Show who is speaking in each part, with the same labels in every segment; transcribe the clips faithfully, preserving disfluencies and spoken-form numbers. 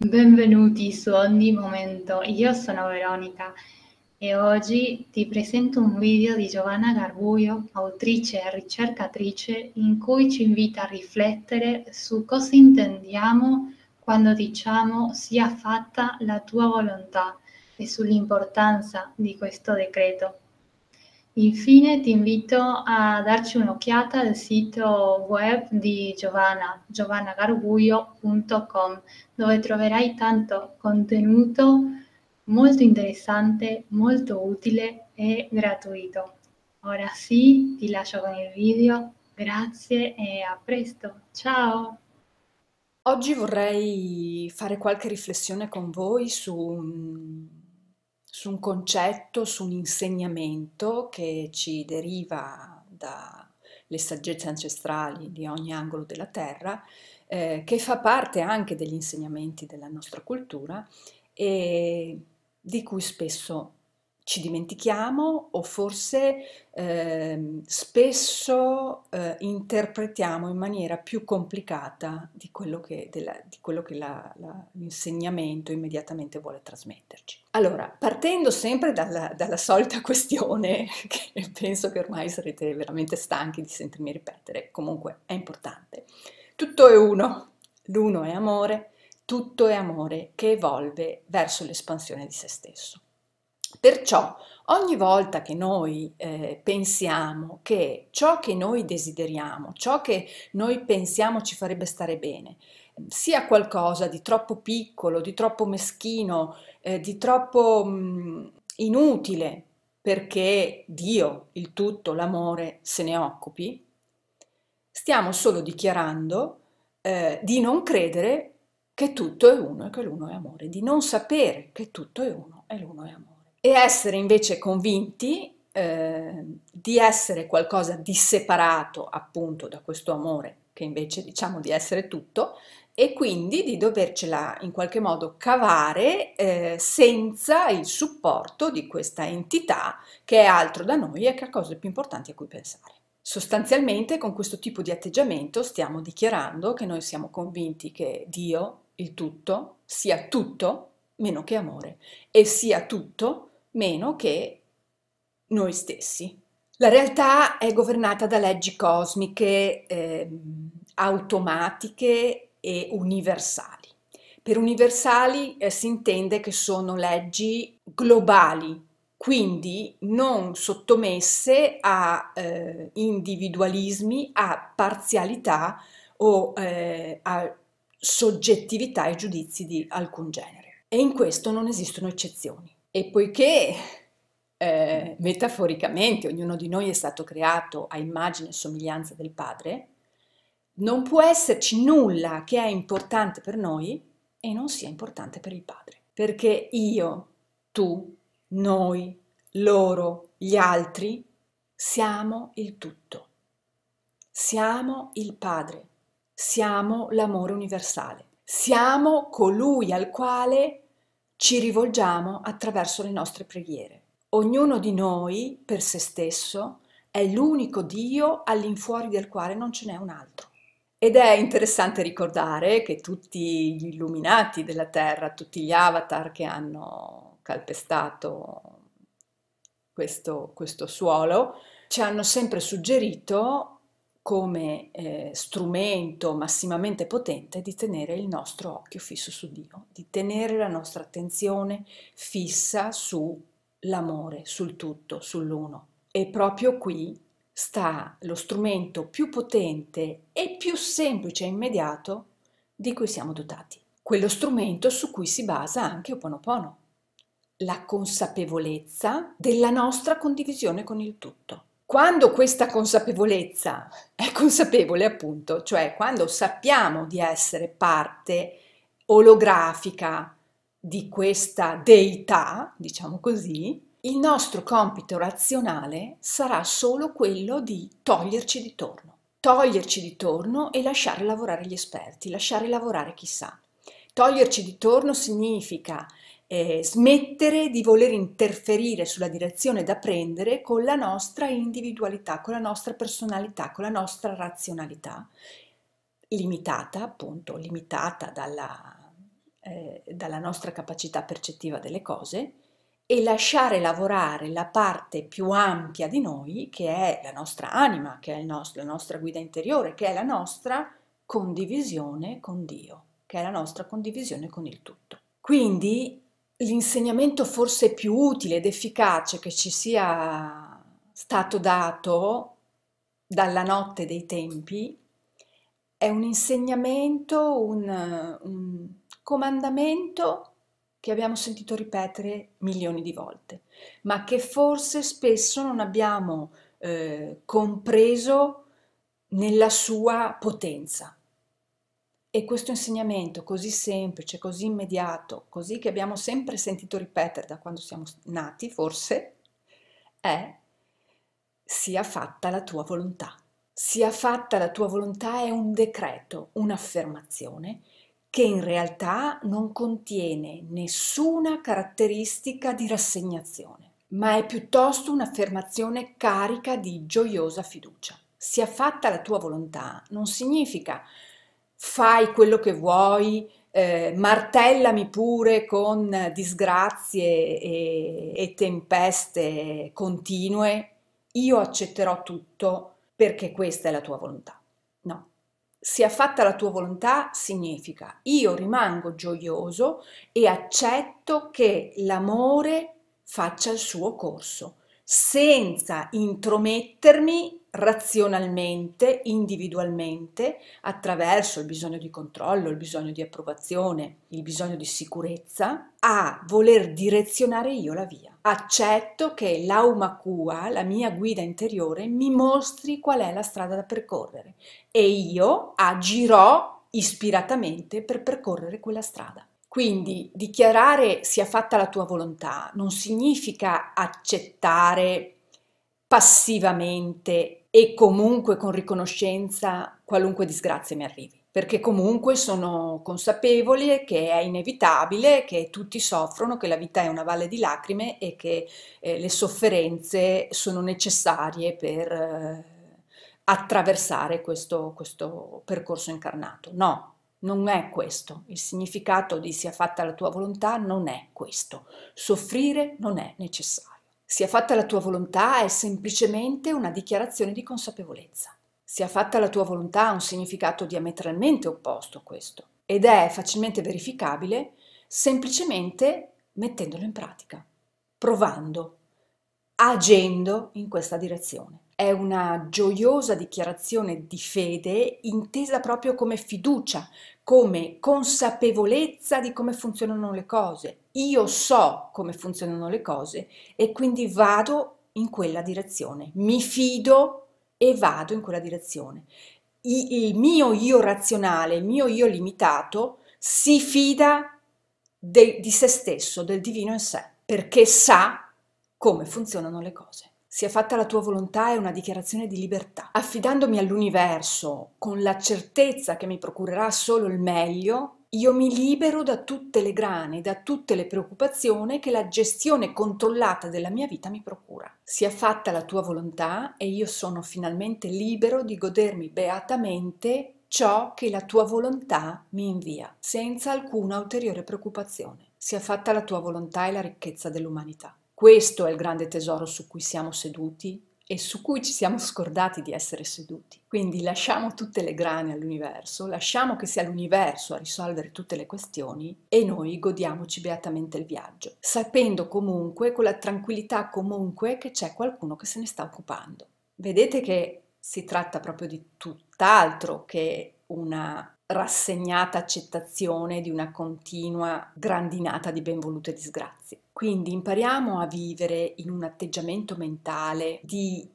Speaker 1: Benvenuti su Ogni Momento, io sono Veronica e oggi ti presento un video di Giovanna Garbuio, autrice e ricercatrice, in cui ci invita a riflettere su cosa intendiamo quando diciamo sia fatta la tua volontà e sull'importanza di questo decreto. Infine ti invito a darci un'occhiata al sito web di Giovanna, giovanna garbuio punto com, dove troverai tanto contenuto molto interessante, molto utile e gratuito. Ora sì, ti lascio con il video, grazie e a presto, ciao!
Speaker 2: Oggi vorrei fare qualche riflessione con voi su un, su un concetto, su un insegnamento che ci deriva dalle saggezze ancestrali di ogni angolo della terra, eh, che fa parte anche degli insegnamenti della nostra cultura e di cui spesso ci dimentichiamo o forse ehm, spesso eh, interpretiamo in maniera più complicata di quello che, della- di quello che la- la- l'insegnamento immediatamente vuole trasmetterci. Allora, partendo sempre dalla, dalla solita questione, che penso che ormai sarete veramente stanchi di sentirmi ripetere, comunque è importante. Tutto è uno, l'uno è amore, tutto è amore che evolve verso l'espansione di se stesso. Perciò ogni volta che noi eh, pensiamo che ciò che noi desideriamo, ciò che noi pensiamo ci farebbe stare bene, sia qualcosa di troppo piccolo, di troppo meschino, eh, di troppo mh, inutile perché Dio, il tutto, l'amore se ne occupi, stiamo solo dichiarando eh, di non credere che tutto è uno e che l'uno è amore, di non sapere che tutto è uno e l'uno è amore. E essere invece convinti eh, di essere qualcosa di separato appunto da questo amore, che invece diciamo di essere tutto, e quindi di dovercela in qualche modo cavare eh, senza il supporto di questa entità che è altro da noi e che ha cose più importanti a cui pensare. Sostanzialmente con questo tipo di atteggiamento stiamo dichiarando che noi siamo convinti che Dio, il tutto, sia tutto meno che amore e sia tutto meno che noi stessi. La realtà è governata da leggi cosmiche, eh, automatiche e universali. Per universali eh, si intende che sono leggi globali, quindi non sottomesse a eh, individualismi, a parzialità o eh, a soggettività e giudizi di alcun genere. E in questo non esistono eccezioni. E poiché eh, metaforicamente ognuno di noi è stato creato a immagine e somiglianza del Padre, non può esserci nulla che è importante per noi e non sia importante per il Padre. Perché io, tu, noi, loro, gli altri, siamo il tutto. Siamo il Padre, siamo l'amore universale, siamo colui al quale ci rivolgiamo attraverso le nostre preghiere. Ognuno di noi, per se stesso, è l'unico Dio all'infuori del quale non ce n'è un altro. Ed è interessante ricordare che tutti gli illuminati della Terra, tutti gli avatar che hanno calpestato questo, questo suolo, ci hanno sempre suggerito come eh, strumento massimamente potente di tenere il nostro occhio fisso su Dio, di tenere la nostra attenzione fissa sull'amore, sul tutto, sull'uno. E proprio qui sta lo strumento più potente e più semplice e immediato di cui siamo dotati. Quello strumento su cui si basa anche Ho Oponopono, la consapevolezza della nostra condivisione con il tutto. Quando questa consapevolezza è consapevole, appunto, cioè quando sappiamo di essere parte olografica di questa deità, diciamo così, il nostro compito razionale sarà solo quello di toglierci di torno, toglierci di torno e lasciare lavorare gli esperti, lasciare lavorare chi sa. Toglierci di torno significa eh, smettere di voler interferire sulla direzione da prendere con la nostra individualità, con la nostra personalità, con la nostra razionalità, limitata appunto, limitata dalla, eh, dalla nostra capacità percettiva delle cose e lasciare lavorare la parte più ampia di noi, che è la nostra anima, che è il nostro, la nostra guida interiore, che è la nostra condivisione con Dio, che è la nostra condivisione con il tutto. Quindi l'insegnamento forse più utile ed efficace che ci sia stato dato dalla notte dei tempi è un insegnamento, un, un comandamento che abbiamo sentito ripetere milioni di volte, ma che forse spesso non abbiamo eh, compreso nella sua potenza. E questo insegnamento così semplice, così immediato, così che abbiamo sempre sentito ripetere da quando siamo nati, forse, è: sia fatta la tua volontà. Sia fatta la tua volontà è un decreto, un'affermazione che in realtà non contiene nessuna caratteristica di rassegnazione, ma è piuttosto un'affermazione carica di gioiosa fiducia. Sia fatta la tua volontà non significa fai quello che vuoi, eh, martellami pure con disgrazie e, e tempeste continue, io accetterò tutto perché questa è la tua volontà. No. Sia fatta la tua volontà significa io rimango gioioso e accetto che l'amore faccia il suo corso, senza intromettermi razionalmente, individualmente, attraverso il bisogno di controllo, il bisogno di approvazione, il bisogno di sicurezza, a voler direzionare io la via. Accetto che l'aumakua, la mia guida interiore, mi mostri qual è la strada da percorrere e io agirò ispiratamente per percorrere quella strada. Quindi dichiarare sia fatta la tua volontà non significa accettare passivamente e comunque con riconoscenza qualunque disgrazia mi arrivi, perché comunque sono consapevole che è inevitabile, che tutti soffrono, che la vita è una valle di lacrime e che eh, le sofferenze sono necessarie per eh, attraversare questo, questo percorso incarnato. No. Non è questo, il significato di sia fatta la tua volontà non è questo, soffrire non è necessario. Sia fatta la tua volontà è semplicemente una dichiarazione di consapevolezza. Sia fatta la tua volontà ha un significato diametralmente opposto a questo ed è facilmente verificabile semplicemente mettendolo in pratica, provando, agendo in questa direzione. È una gioiosa dichiarazione di fede intesa proprio come fiducia, come consapevolezza di come funzionano le cose. Io so come funzionano le cose e quindi vado in quella direzione. Mi fido e vado in quella direzione. Il mio io razionale, il mio io limitato, si fida de, di se stesso, del divino in sé, perché sa come funzionano le cose. Sia fatta la tua volontà è una dichiarazione di libertà. Affidandomi all'universo con la certezza che mi procurerà solo il meglio, io mi libero da tutte le grane, da tutte le preoccupazioni che la gestione controllata della mia vita mi procura. Sia fatta la tua volontà e io sono finalmente libero di godermi beatamente ciò che la tua volontà mi invia, senza alcuna ulteriore preoccupazione. Sia fatta la tua volontà e la ricchezza dell'umanità. Questo è il grande tesoro su cui siamo seduti e su cui ci siamo scordati di essere seduti. Quindi lasciamo tutte le grane all'universo, lasciamo che sia l'universo a risolvere tutte le questioni e noi godiamoci beatamente il viaggio, sapendo comunque, con la tranquillità comunque, che c'è qualcuno che se ne sta occupando. Vedete che si tratta proprio di tutt'altro che una rassegnata accettazione di una continua grandinata di benvolute disgrazie. Quindi impariamo a vivere in un atteggiamento mentale di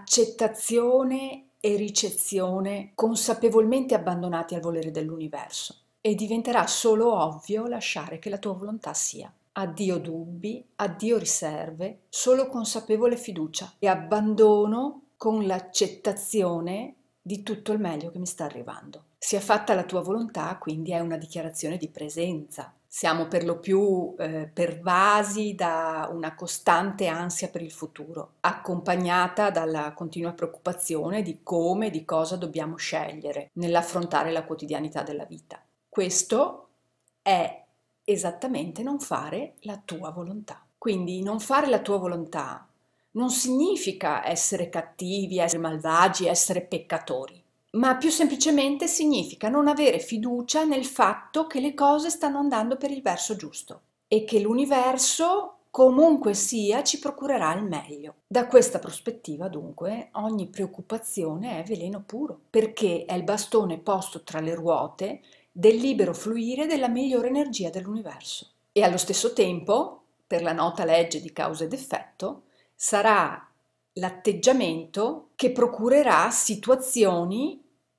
Speaker 2: accettazione e ricezione consapevolmente abbandonati al volere dell'universo e diventerà solo ovvio lasciare che la tua volontà sia. Addio dubbi, addio riserve, solo consapevole fiducia e abbandono con l'accettazione di tutto il meglio che mi sta arrivando. Sia fatta la tua volontà, quindi è una dichiarazione di presenza. Siamo per lo più eh, pervasi da una costante ansia per il futuro, accompagnata dalla continua preoccupazione di come e di cosa dobbiamo scegliere nell'affrontare la quotidianità della vita. Questo è esattamente non fare la tua volontà. Quindi non fare la tua volontà non significa essere cattivi, essere malvagi, essere peccatori, ma più semplicemente significa non avere fiducia nel fatto che le cose stanno andando per il verso giusto e che l'universo, comunque sia, ci procurerà il meglio. Da questa prospettiva, dunque, ogni preoccupazione è veleno puro, perché è il bastone posto tra le ruote del libero fluire della migliore energia dell'universo. E allo stesso tempo, per la nota legge di causa ed effetto, sarà l'atteggiamento che procurerà situazioni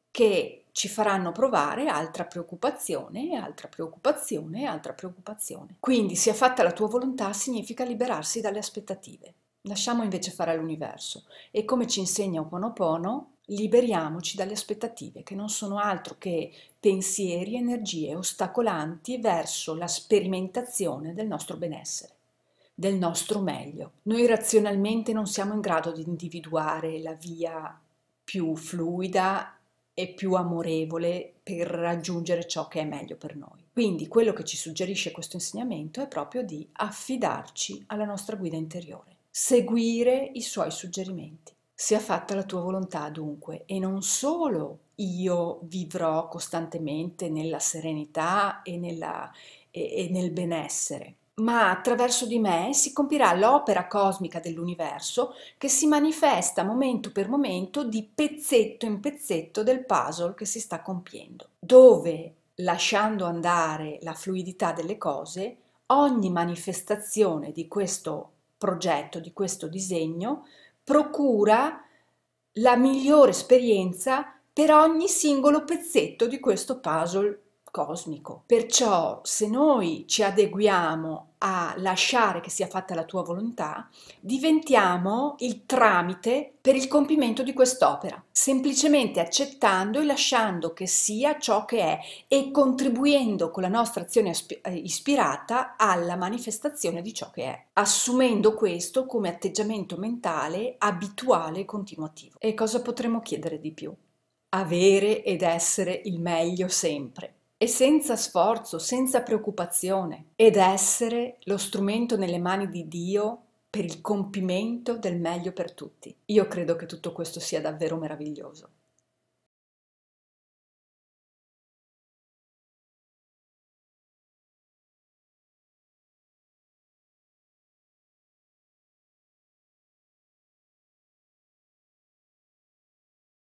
Speaker 2: che ci faranno provare altra preoccupazione, altra preoccupazione, altra preoccupazione. Quindi sia fatta la tua volontà significa liberarsi dalle aspettative. Lasciamo invece fare all'universo e, come ci insegna Ho'oponopono, liberiamoci dalle aspettative, che non sono altro che pensieri, energie ostacolanti verso la sperimentazione del nostro benessere, del nostro meglio. Noi razionalmente non siamo in grado di individuare la via più fluida e più amorevole per raggiungere ciò che è meglio per noi. Quindi quello che ci suggerisce questo insegnamento è proprio di affidarci alla nostra guida interiore, seguire i suoi suggerimenti. Sia fatta la tua volontà dunque, e non solo io vivrò costantemente nella serenità e, nella, e, e nel benessere, ma attraverso di me si compirà l'opera cosmica dell'universo che si manifesta momento per momento di pezzetto in pezzetto del puzzle che si sta compiendo, dove, lasciando andare la fluidità delle cose, ogni manifestazione di questo progetto, di questo disegno, procura la migliore esperienza per ogni singolo pezzetto di questo puzzle cosmico. Perciò, se noi ci adeguiamo a lasciare che sia fatta la tua volontà, diventiamo il tramite per il compimento di quest'opera, semplicemente accettando e lasciando che sia ciò che è e contribuendo con la nostra azione ispirata alla manifestazione di ciò che è, assumendo questo come atteggiamento mentale abituale e continuativo. E cosa potremmo chiedere di più? Avere ed essere il meglio sempre. E senza sforzo, senza preoccupazione, ed essere lo strumento nelle mani di Dio per il compimento del meglio per tutti. Io credo che tutto questo sia davvero meraviglioso.